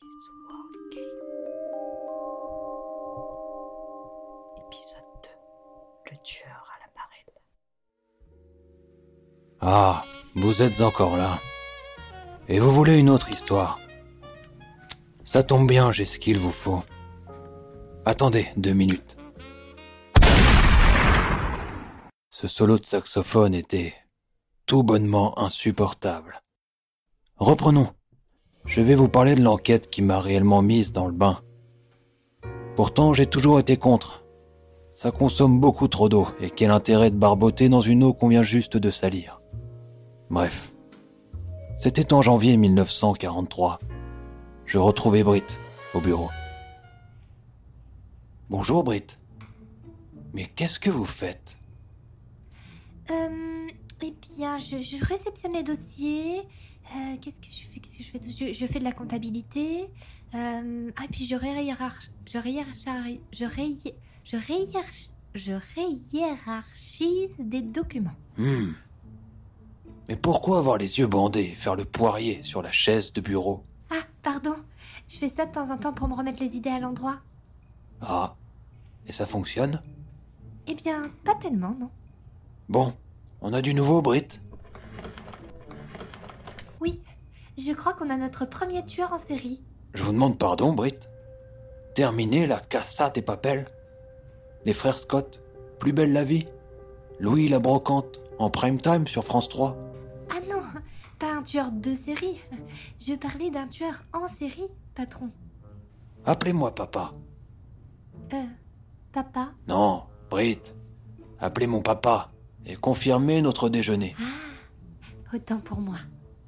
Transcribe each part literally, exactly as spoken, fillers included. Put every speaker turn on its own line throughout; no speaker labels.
This World Game. Épisode deux. Le tueur à la marelle.
Ah, vous êtes encore là. Et vous voulez une autre histoire? Ça tombe bien, j'ai ce qu'il vous faut. Attendez deux minutes. Ce solo de saxophone était tout bonnement insupportable. Reprenons. Je vais vous parler de l'enquête qui m'a réellement mise dans le bain. Pourtant, j'ai toujours été contre. Ça consomme beaucoup trop d'eau, et quel intérêt de barboter dans une eau qu'on vient juste de salir. Bref. C'était en janvier mille neuf cent quarante-trois. Je retrouvais Britt au bureau. Bonjour Britt. Mais qu'est-ce que vous faites?
Euh, eh bien, je, je réceptionne les dossiers. Euh, qu'est-ce que je fais Qu'est-ce que je fais je, je fais de la comptabilité. Euh, ah, puis je réhiérarchise. Je réhiérarchise. Je réhi- je réhiérarchise. Je réhiérarchise des documents.
Hmm. Mais pourquoi avoir les yeux bandés et faire le poirier sur la chaise de bureau?
Ah, pardon. Je fais ça de temps en temps pour me remettre les idées à l'endroit.
Ah, et ça fonctionne?
Eh bien, pas tellement, non.
Bon, on a du nouveau, Britt?
Oui, je crois qu'on a notre premier tueur en série.
Je vous demande pardon, Britt. Terminé la Casa des Papel? Les frères Scott, Plus belle la vie? Louis la brocante, en prime time sur France trois?
Ah non, pas un tueur de série. Je parlais d'un tueur en série, patron.
Appelez-moi papa.
Euh, papa?
Non, Britt. Appelez mon papa et confirmez notre déjeuner.
Ah, autant pour moi.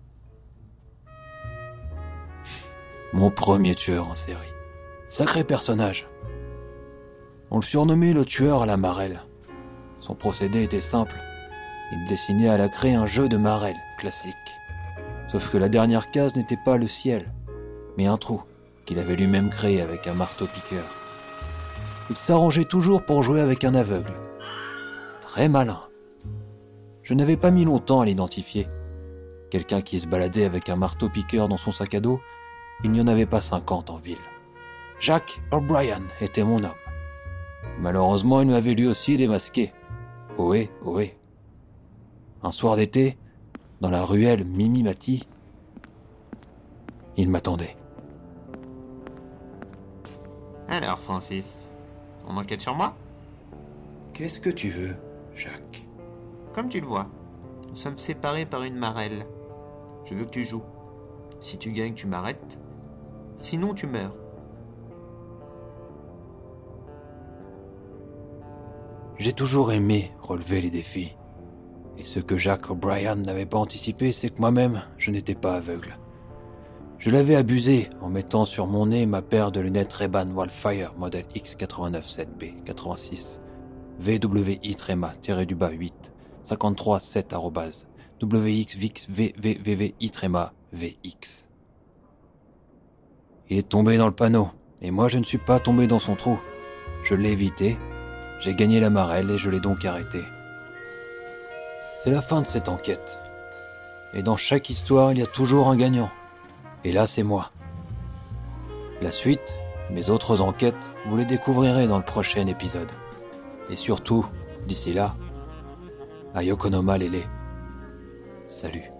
Mon premier tueur en série. Sacré personnage. On le surnommait le tueur à la marelle. Son procédé était simple. Il dessinait à la craie un jeu de marelle classique. Sauf que la dernière case n'était pas le ciel, mais un trou qu'il avait lui-même créé avec un marteau-piqueur. Il s'arrangeait toujours pour jouer avec un aveugle. Très malin. Je n'avais pas mis longtemps à l'identifier. Quelqu'un qui se baladait avec un marteau-piqueur dans son sac à dos, il n'y en avait pas cinquante en ville. Jack O'Brien était mon homme. Malheureusement, il m'avait lui aussi démasqué. Ohé, ohé. Un soir d'été, dans la ruelle Mimimati, il m'attendait.
Alors, Francis, on enquête sur moi?
Qu'est-ce que tu veux, Jacques?
Comme tu le vois, nous sommes séparés par une marelle. Je veux que tu joues. Si tu gagnes, tu m'arrêtes. Sinon, tu meurs.
J'ai toujours aimé relever les défis. Et ce que Jack O'Brien n'avait pas anticipé, c'est que moi-même, je n'étais pas aveugle. Je l'avais abusé en mettant sur mon nez ma paire de lunettes Ray-Ban Wildfire modèle X quatre-vingt-neuf sept B quatre-vingt-six V W I-du-bas huit cinquante-trois sept arobase W X V X V V V V I-V X. Il est tombé dans le panneau, et moi je ne suis pas tombé dans son trou. Je l'ai évité, j'ai gagné la marelle et je l'ai donc arrêté. C'est la fin de cette enquête. Et dans chaque histoire, il y a toujours un gagnant. Et là, c'est moi. La suite, mes autres enquêtes, vous les découvrirez dans le prochain épisode. Et surtout, d'ici là, Ayoko no ma lele. Salut.